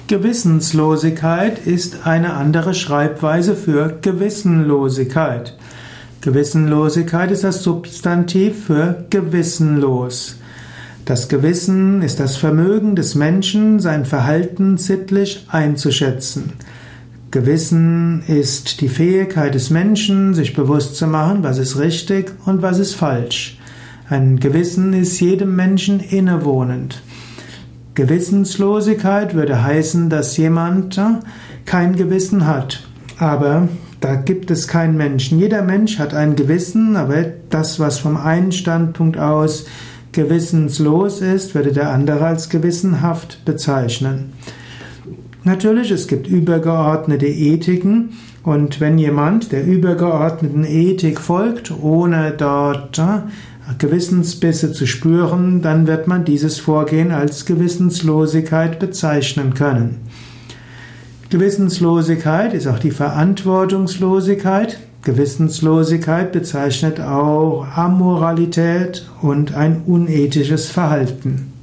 Gewissenslosigkeit ist eine andere Schreibweise für Gewissenlosigkeit. Gewissenlosigkeit ist das Substantiv für gewissenlos. Das Gewissen ist das Vermögen des Menschen, sein Verhalten sittlich einzuschätzen. Gewissen ist die Fähigkeit des Menschen, sich bewusst zu machen, was ist richtig und was ist falsch. Ein Gewissen ist jedem Menschen innewohnend. Gewissenslosigkeit würde heißen, dass jemand kein Gewissen hat. Aber da gibt es keinen Menschen. Jeder Mensch hat ein Gewissen, aber das, was vom einen Standpunkt aus gewissenslos ist, würde der andere als gewissenhaft bezeichnen. Natürlich, es gibt übergeordnete Ethiken, und wenn jemand der übergeordneten Ethik folgt, ohne dort Gewissensbisse zu spüren, dann wird man dieses Vorgehen als Gewissenslosigkeit bezeichnen können. Gewissenslosigkeit ist auch die Verantwortungslosigkeit. Gewissenslosigkeit bezeichnet auch Amoralität und ein unethisches Verhalten.